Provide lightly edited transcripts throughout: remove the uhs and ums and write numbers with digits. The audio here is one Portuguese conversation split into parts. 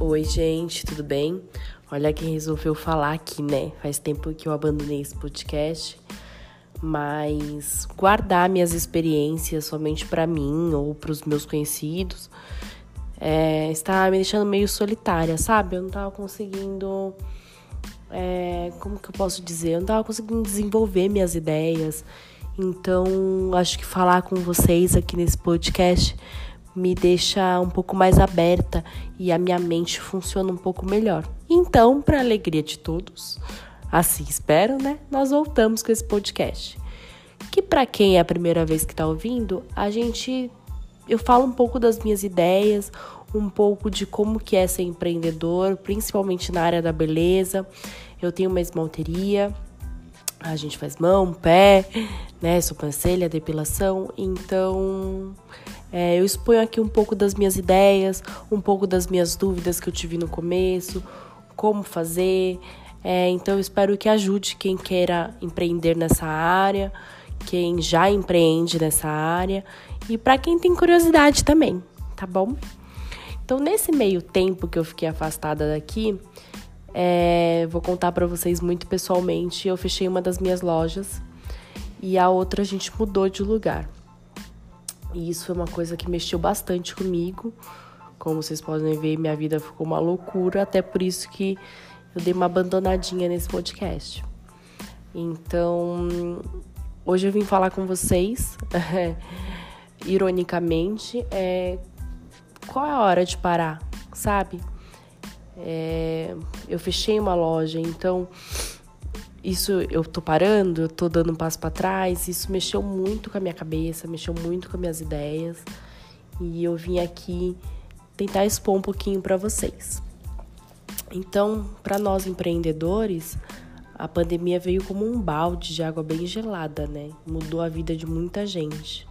Oi, gente, tudo bem? Olha quem resolveu falar aqui, né? Faz tempo que eu abandonei esse podcast, mas guardar minhas experiências somente pra mim ou pros meus conhecidos está me deixando meio solitária, sabe? Eu não tava conseguindo, como que eu posso dizer? Eu não tava conseguindo desenvolver minhas ideias. Então, acho que falar com vocês aqui nesse podcast me deixa um pouco mais aberta e a minha mente funciona um pouco melhor. Então, para alegria de todos, assim espero, né? Nós voltamos com esse podcast. Que para quem é a primeira vez que está ouvindo, eu falo um pouco das minhas ideias, um pouco de como que é ser empreendedor, principalmente na área da beleza. Eu tenho uma esmalteria, a gente faz mão, pé, né? Sobrancelha, depilação, então eu exponho aqui um pouco das minhas ideias, um pouco das minhas dúvidas que eu tive no começo, como fazer. Então eu espero que ajude quem queira empreender nessa área, quem já empreende nessa área e para quem tem curiosidade também, tá bom? Então nesse meio tempo que eu fiquei afastada daqui, vou contar para vocês muito pessoalmente, eu fechei uma das minhas lojas e a outra a gente mudou de lugar. E isso foi uma coisa que mexeu bastante comigo. Como vocês podem ver, minha vida ficou uma loucura, até por isso que eu dei uma abandonadinha nesse podcast. Então, hoje eu vim falar com vocês, ironicamente, qual é a hora de parar, sabe? Eu fechei uma loja, então isso eu tô parando, eu tô dando um passo pra trás, isso mexeu muito com a minha cabeça, mexeu muito com as minhas ideias e eu vim aqui tentar expor um pouquinho pra vocês. Então, para nós empreendedores, a pandemia veio como um balde de água bem gelada, né? Mudou a vida de muita gente.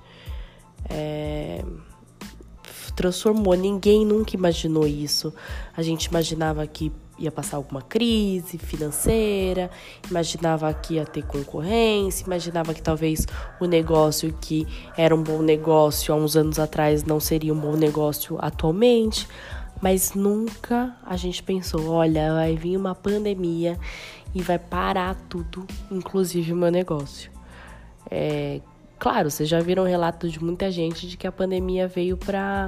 Transformou, ninguém nunca imaginou isso. A gente imaginava que ia passar alguma crise financeira, imaginava que ia ter concorrência, imaginava que talvez o negócio que era um bom negócio há uns anos atrás não seria um bom negócio atualmente, mas nunca a gente pensou, olha, vai vir uma pandemia e vai parar tudo, inclusive o meu negócio. Claro, vocês já viram relatos de muita gente de que a pandemia veio para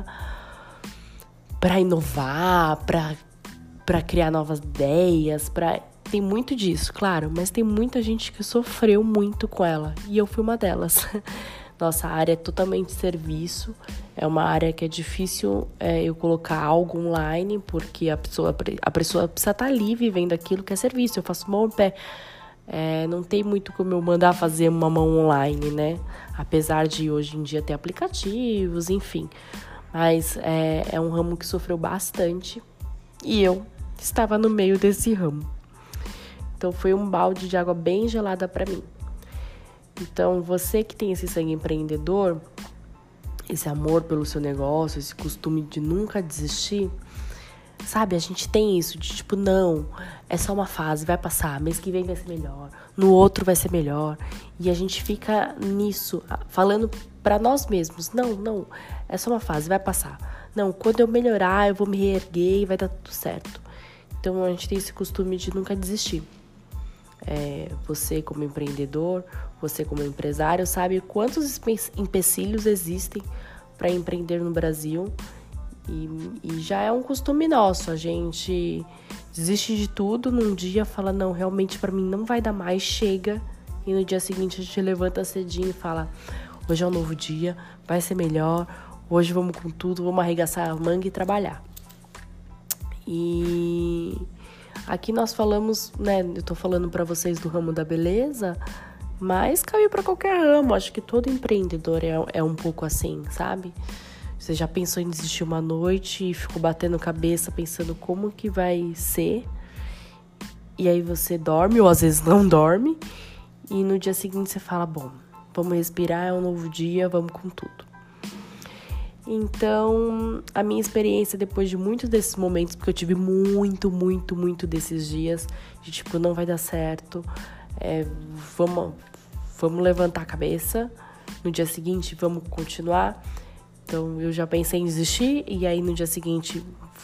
inovar, para criar novas ideias, tem muito disso, claro, mas tem muita gente que sofreu muito com ela, e eu fui uma delas. Nossa área é totalmente serviço, é uma área que é difícil eu colocar algo online, porque a pessoa precisa estar ali vivendo aquilo que é serviço. Eu faço mão, pé, não tem muito como eu mandar fazer uma mão online, né? Apesar de hoje em dia ter aplicativos, enfim. Mas é um ramo que sofreu bastante e eu estava no meio desse ramo. Então foi um balde de água bem gelada para mim. Então você que tem esse sangue empreendedor, esse amor pelo seu negócio, esse costume de nunca desistir, sabe, a gente tem isso de tipo, não, é só uma fase, vai passar, mês que vem vai ser melhor, no outro vai ser melhor. E a gente fica nisso, falando pra nós mesmos, não, é só uma fase, vai passar. Não, quando eu melhorar, eu vou me reerguer e vai dar tudo certo. Então a gente tem esse costume de nunca desistir. Você como empreendedor, você como empresário, sabe quantos empecilhos existem para empreender no Brasil. E já é um costume nosso, a gente desiste de tudo num dia, fala, não, realmente pra mim não vai dar mais, chega. E no dia seguinte a gente levanta cedinho e fala, hoje é um novo dia, vai ser melhor, hoje vamos com tudo, vamos arregaçar a manga e trabalhar. E aqui nós falamos, né, eu tô falando pra vocês do ramo da beleza, mas caiu pra qualquer ramo, acho que todo empreendedor é um pouco assim, sabe? Você já pensou em desistir uma noite e ficou batendo cabeça pensando como que vai ser. E aí você dorme, ou às vezes não dorme. E no dia seguinte você fala, bom, vamos respirar, é um novo dia, vamos com tudo. Então, a minha experiência depois de muitos desses momentos, porque eu tive muito desses dias, de tipo, não vai dar certo, vamos levantar a cabeça, no dia seguinte vamos continuar. Então, eu já pensei em desistir, e aí no dia seguinte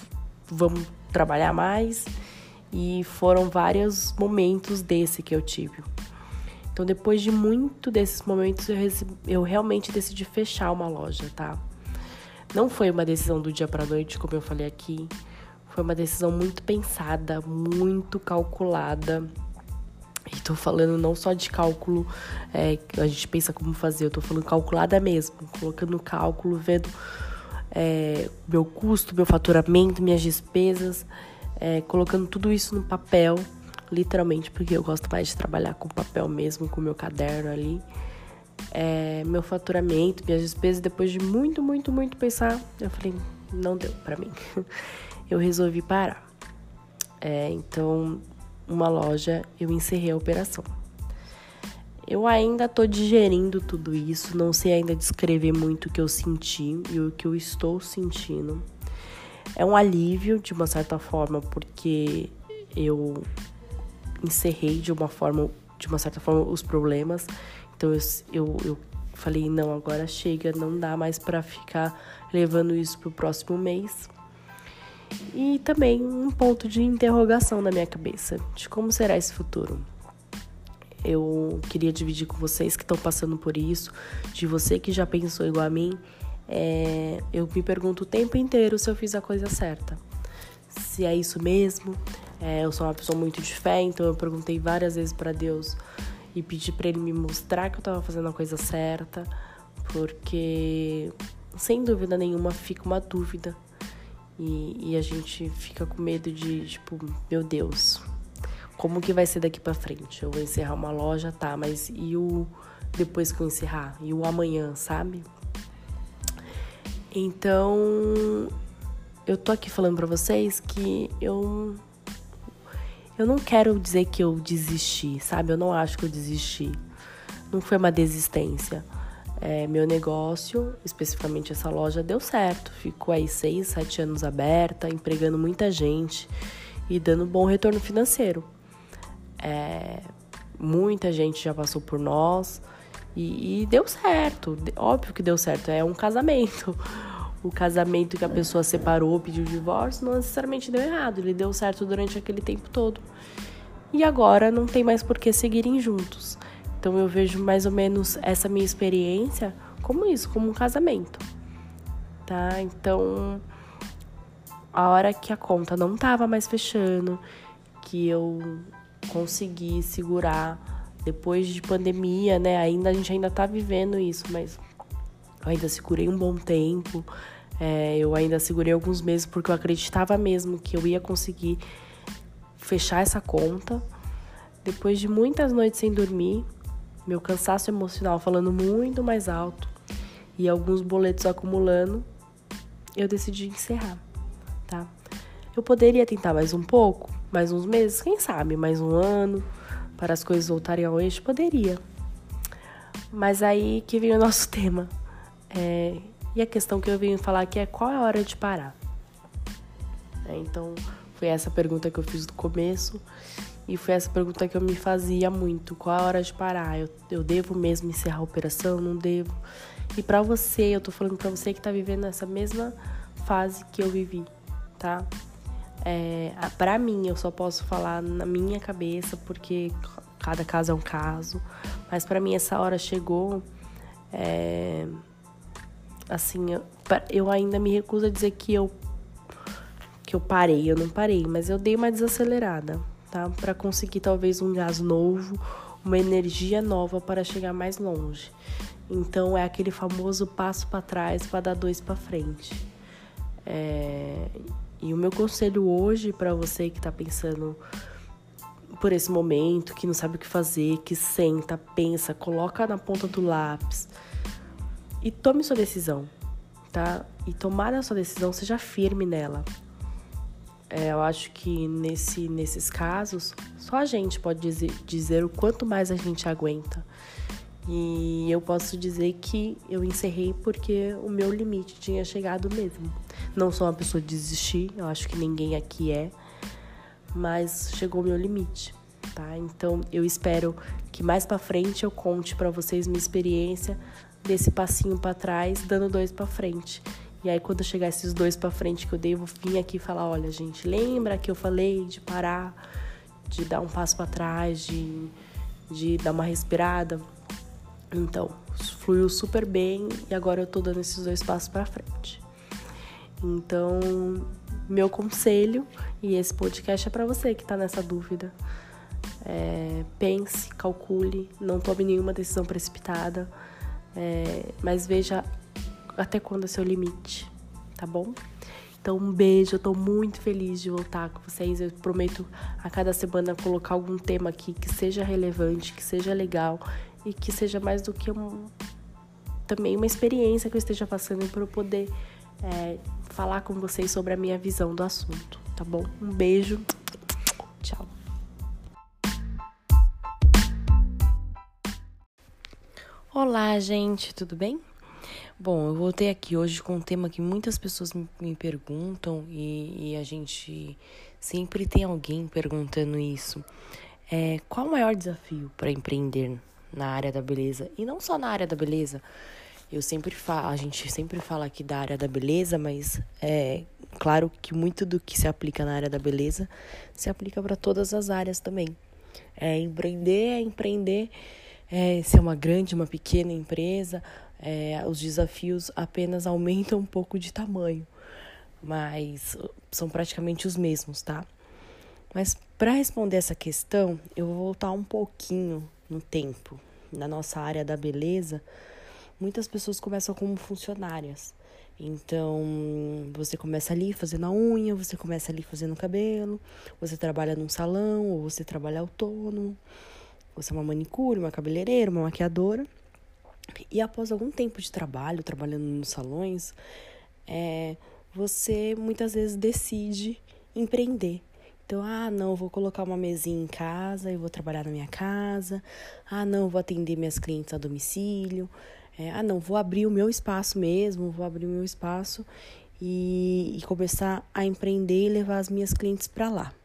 vamos trabalhar mais. E foram vários momentos desse que eu tive. Então, depois de muito desses momentos, eu realmente decidi fechar uma loja, tá? Não foi uma decisão do dia pra noite, como eu falei aqui. Foi uma decisão muito pensada, muito calculada. E tô falando não só de cálculo, a gente pensa como fazer. Eu tô falando calculada mesmo. Colocando no cálculo, vendo meu custo, meu faturamento, minhas despesas. Colocando tudo isso no papel, literalmente, porque eu gosto mais de trabalhar com papel mesmo, com o meu caderno ali. Meu faturamento, minhas despesas, depois de muito pensar, eu falei, não deu pra mim. Eu resolvi parar. Então, uma loja, eu encerrei a operação. Eu ainda tô digerindo tudo isso, não sei ainda descrever muito o que eu senti e o que eu estou sentindo. É um alívio, de uma certa forma, porque eu encerrei de uma certa forma, os problemas. Então, eu falei, não, agora chega, não dá mais pra ficar levando isso pro próximo mês. E também um ponto de interrogação na minha cabeça, de como será esse futuro. Eu queria dividir com vocês que estão passando por isso, de você que já pensou igual a mim. Eu me pergunto o tempo inteiro se eu fiz a coisa certa. Se é isso mesmo. Eu sou uma pessoa muito de fé, então eu perguntei várias vezes para Deus e pedi para Ele me mostrar que eu estava fazendo a coisa certa, porque sem dúvida nenhuma fica uma dúvida e a gente fica com medo de, tipo, meu Deus, como que vai ser daqui para frente? Eu vou encerrar uma loja, tá, mas e o depois que eu encerrar? E o amanhã, sabe? Então, eu tô aqui falando pra vocês que eu não quero dizer que eu desisti, sabe? Eu não acho que eu desisti. Não foi uma desistência. Meu negócio, especificamente essa loja, deu certo. Ficou aí 6, 7 anos aberta, empregando muita gente e dando bom retorno financeiro. Muita gente já passou por nós. E deu certo, óbvio que deu certo, é um casamento. O casamento que a pessoa separou, pediu divórcio, não necessariamente deu errado, ele deu certo durante aquele tempo todo. E agora não tem mais por que seguirem juntos. Então eu vejo mais ou menos essa minha experiência como isso, como um casamento, tá? Então, a hora que a conta não tava mais fechando, que eu consegui segurar, depois de pandemia, né? A gente ainda tá vivendo isso, mas eu ainda segurei um bom tempo. Eu ainda segurei alguns meses porque eu acreditava mesmo que eu ia conseguir fechar essa conta. Depois de muitas noites sem dormir, meu cansaço emocional falando muito mais alto e alguns boletos acumulando, eu decidi encerrar, tá? Eu poderia tentar mais um pouco, mais uns meses, quem sabe, mais um ano, para as coisas voltarem ao eixo, poderia. Mas aí que vem o nosso tema. E a questão que eu venho falar aqui é qual é a hora de parar? Então, foi essa pergunta que eu fiz no começo e foi essa pergunta que eu me fazia muito. Qual é a hora de parar? Eu devo mesmo encerrar a operação? Não devo? E pra você, eu tô falando pra você que tá vivendo essa mesma fase que eu vivi, tá? Pra mim, eu só posso falar na minha cabeça, porque cada caso é um caso. Mas pra mim, essa hora chegou. Assim, eu ainda me recuso a dizer que eu parei. Eu não parei, mas eu dei uma desacelerada, tá? Pra conseguir talvez um gás novo, uma energia nova para chegar mais longe. Então, é aquele famoso passo pra trás para dar 2 pra frente. E o meu conselho hoje pra você que tá pensando por esse momento, que não sabe o que fazer, que senta, pensa, coloca na ponta do lápis e tome sua decisão, tá? E tomada a sua decisão, seja firme nela. Eu acho que nesses casos, só a gente pode dizer o quanto mais a gente aguenta. E eu posso dizer que eu encerrei porque o meu limite tinha chegado mesmo. Não sou uma pessoa de desistir, eu acho que ninguém aqui é, mas chegou o meu limite, tá? Então eu espero que mais pra frente eu conte pra vocês minha experiência desse passinho pra trás, dando 2 pra frente. E aí, quando chegar esses 2 pra frente que eu dei, eu vou vir aqui e falar, olha, gente, lembra que eu falei de parar, de dar um passo pra trás, de dar uma respirada? Então, fluiu super bem e agora eu tô dando esses 2 passos pra frente. Então, meu conselho, e esse podcast é pra você que tá nessa dúvida. Pense, calcule, não tome nenhuma decisão precipitada, mas veja até quando é seu limite, tá bom? Então, um beijo, eu tô muito feliz de voltar com vocês. Eu prometo a cada semana colocar algum tema aqui que seja relevante, que seja legal e que seja mais do que também uma experiência que eu esteja passando para eu poder falar com vocês sobre a minha visão do assunto, tá bom? Um beijo, tchau. Olá, gente, tudo bem? Bom, eu voltei aqui hoje com um tema que muitas pessoas me perguntam e a gente sempre tem alguém perguntando isso. Qual o maior desafio para empreender na área da beleza? E não só na área da beleza. A gente sempre fala aqui da área da beleza, mas é claro que muito do que se aplica na área da beleza se aplica para todas as áreas também. Empreender, ser uma grande, uma pequena empresa, os desafios apenas aumentam um pouco de tamanho, mas são praticamente os mesmos, tá? Mas para responder essa questão, eu vou voltar um pouquinho no tempo. Na nossa área da beleza, muitas pessoas começam como funcionárias. Então, você começa ali fazendo a unha, você começa ali fazendo o cabelo, você trabalha num salão ou você trabalha autônomo, você é uma manicure, uma cabeleireira, uma maquiadora. E após algum tempo de trabalho, trabalhando nos salões, você muitas vezes decide empreender. Então, não, eu vou colocar uma mesinha em casa, eu vou trabalhar na minha casa. Não, eu vou atender minhas clientes a domicílio. Não, vou abrir o meu espaço mesmo, e começar a empreender e levar as minhas clientes para lá.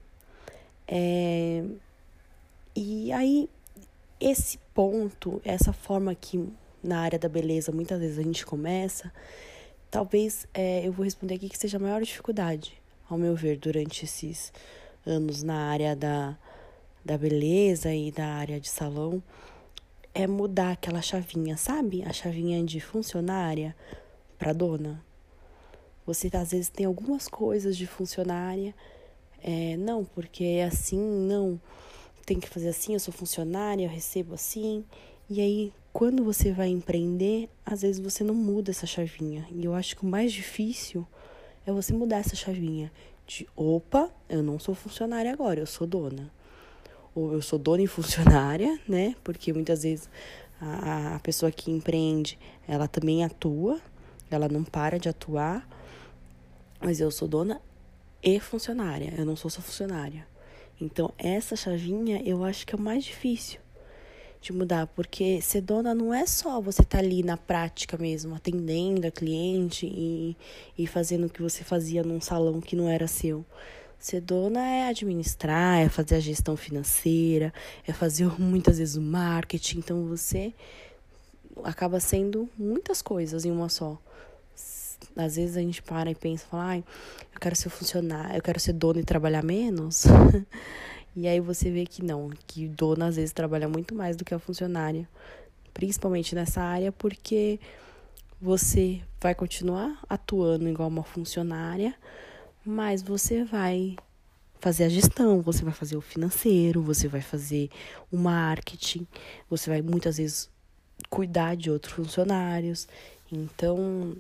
E aí, esse ponto, essa forma que na área da beleza muitas vezes a gente começa, talvez eu vou responder aqui que seja a maior dificuldade, ao meu ver, durante esses anos na área da beleza e da área de salão, é mudar aquela chavinha, sabe? A chavinha de funcionária para dona. Você às vezes tem algumas coisas de funcionária, não, porque é assim, não, tem que fazer assim, eu sou funcionária, eu recebo assim. E aí, quando você vai empreender, às vezes você não muda essa chavinha. E eu acho que o mais difícil é você mudar essa chavinha de, opa, eu não sou funcionária agora, eu sou dona. Ou eu sou dona e funcionária, né? Porque muitas vezes a pessoa que empreende, ela também atua, ela não para de atuar, mas eu sou dona e funcionária, eu não sou só funcionária. Então, essa chavinha eu acho que é o mais difícil de mudar, porque ser dona não é só você estar ali na prática mesmo, atendendo a cliente e fazendo o que você fazia num salão que não era seu. Ser dona é administrar, é fazer a gestão financeira, é fazer muitas vezes o marketing. Então, você acaba sendo muitas coisas em uma só. Às vezes a gente para e pensa, fala, eu quero ser funcionário, eu quero ser dona e trabalhar menos. E aí você vê que não, que dona às vezes trabalha muito mais do que a funcionária, principalmente nessa área, porque você vai continuar atuando igual uma funcionária, mas você vai fazer a gestão, você vai fazer o financeiro, você vai fazer o marketing, você vai muitas vezes cuidar de outros funcionários. Então,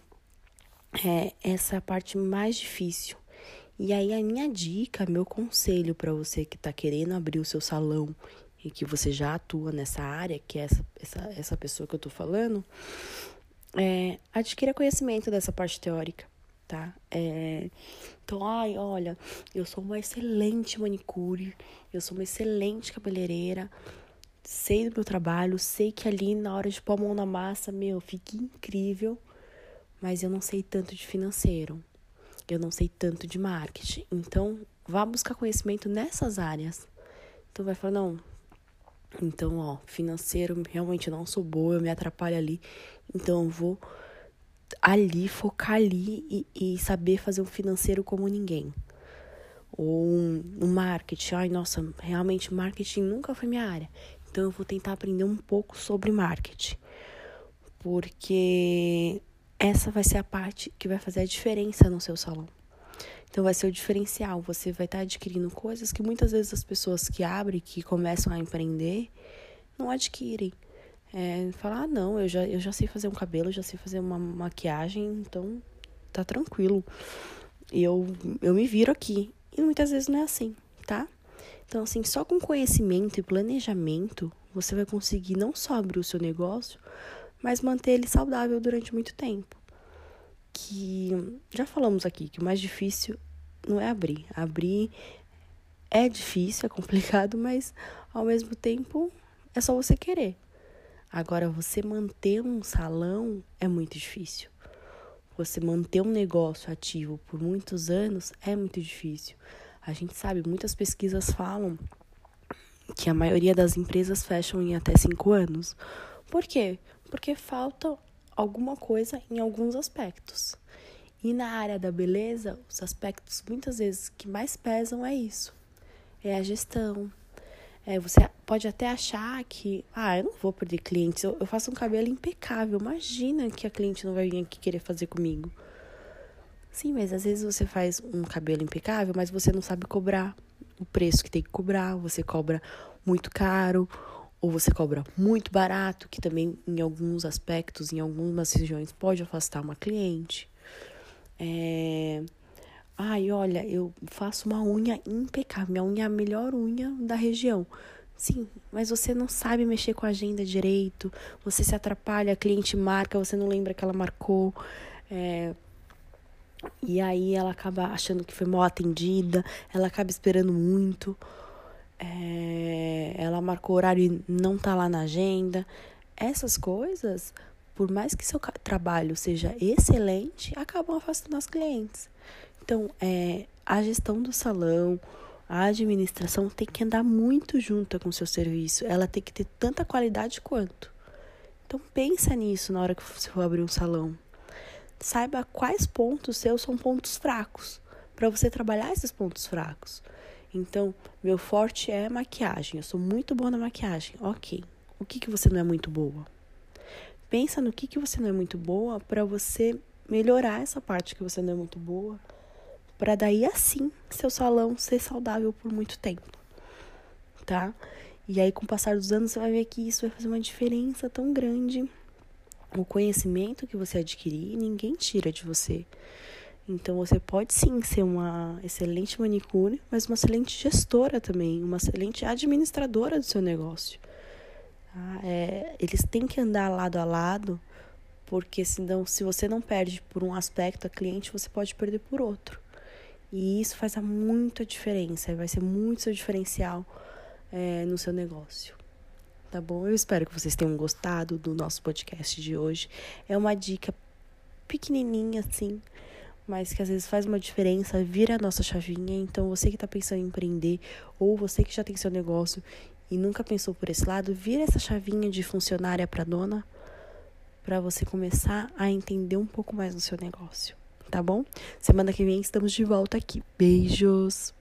essa é a parte mais difícil. E aí a minha dica, meu conselho para você que está querendo abrir o seu salão e que você já atua nessa área, que é essa pessoa que eu tô falando, adquira conhecimento dessa parte teórica, tá? Então, olha, eu sou uma excelente manicure, eu sou uma excelente cabeleireira, sei do meu trabalho, sei que ali na hora de pôr a mão na massa, fica incrível, mas eu não sei tanto de financeiro. Eu não sei tanto de marketing. Então, vá buscar conhecimento nessas áreas. Então, vai falar, não. Então, financeiro, realmente não sou boa, eu me atrapalho ali. Então, eu vou ali, focar ali e saber fazer um financeiro como ninguém. Ou um marketing. Ai, nossa, realmente marketing nunca foi minha área. Então eu vou tentar aprender um pouco sobre marketing. Porque essa vai ser a parte que vai fazer a diferença no seu salão. Então vai ser o diferencial. Você vai estar adquirindo coisas que muitas vezes as pessoas que abrem, que começam a empreender, não adquirem. Falar, não, eu já sei fazer um cabelo, já sei fazer uma maquiagem, então tá tranquilo. Eu me viro aqui. E muitas vezes não é assim, tá? Então, assim, só com conhecimento e planejamento, você vai conseguir não só abrir o seu negócio, mas manter ele saudável durante muito tempo. Que já falamos aqui que o mais difícil não é abrir. Abrir é difícil, é complicado, mas ao mesmo tempo é só você querer. Agora, você manter um salão é muito difícil. Você manter um negócio ativo por muitos anos é muito difícil. A gente sabe, muitas pesquisas falam que a maioria das empresas fecham em até 5 anos. Por quê? Porque falta alguma coisa em alguns aspectos. E na área da beleza, os aspectos muitas vezes que mais pesam é isso. É a gestão. Você pode até achar que, eu não vou perder clientes, eu faço um cabelo impecável. Imagina que a cliente não vai vir aqui querer fazer comigo. Sim, mas às vezes você faz um cabelo impecável, mas você não sabe cobrar o preço que tem que cobrar. Você cobra muito caro ou você cobra muito barato, que também em alguns aspectos, em algumas regiões, pode afastar uma cliente. Olha, eu faço uma unha impecável. Minha unha é a melhor unha da região. Sim, mas você não sabe mexer com a agenda direito. Você se atrapalha, a cliente marca, você não lembra que ela marcou. E aí ela acaba achando que foi mal atendida. Ela acaba esperando muito. Ela marcou o horário e não tá lá na agenda. Essas coisas, por mais que seu trabalho seja excelente, acabam afastando as clientes. Então, a gestão do salão, a administração tem que andar muito junto com o seu serviço. Ela tem que ter tanta qualidade quanto. Então, pensa nisso na hora que você for abrir um salão. Saiba quais pontos seus são pontos fracos, para você trabalhar esses pontos fracos. Então, meu forte é maquiagem. Eu sou muito boa na maquiagem. Ok. O que você não é muito boa? Pensa no que você não é muito boa para você melhorar essa parte que você não é muito boa, para daí assim seu salão ser saudável por muito tempo, tá? E aí com o passar dos anos você vai ver que isso vai fazer uma diferença tão grande. O conhecimento que você adquirir, ninguém tira de você. Então você pode sim ser uma excelente manicure, mas uma excelente gestora também, uma excelente administradora do seu negócio. Eles têm que andar lado a lado, porque senão, se você não perde por um aspecto a cliente, você pode perder por outro. E isso faz muita diferença, vai ser muito seu diferencial no seu negócio. Tá bom? Eu espero que vocês tenham gostado do nosso podcast de hoje. É uma dica pequenininha assim, mas que às vezes faz uma diferença, vira a nossa chavinha. Então, você que está pensando em empreender, ou você que já tem seu negócio e nunca pensou por esse lado, vira essa chavinha de funcionária para dona, para você começar a entender um pouco mais do seu negócio, tá bom? Semana que vem estamos de volta aqui. Beijos!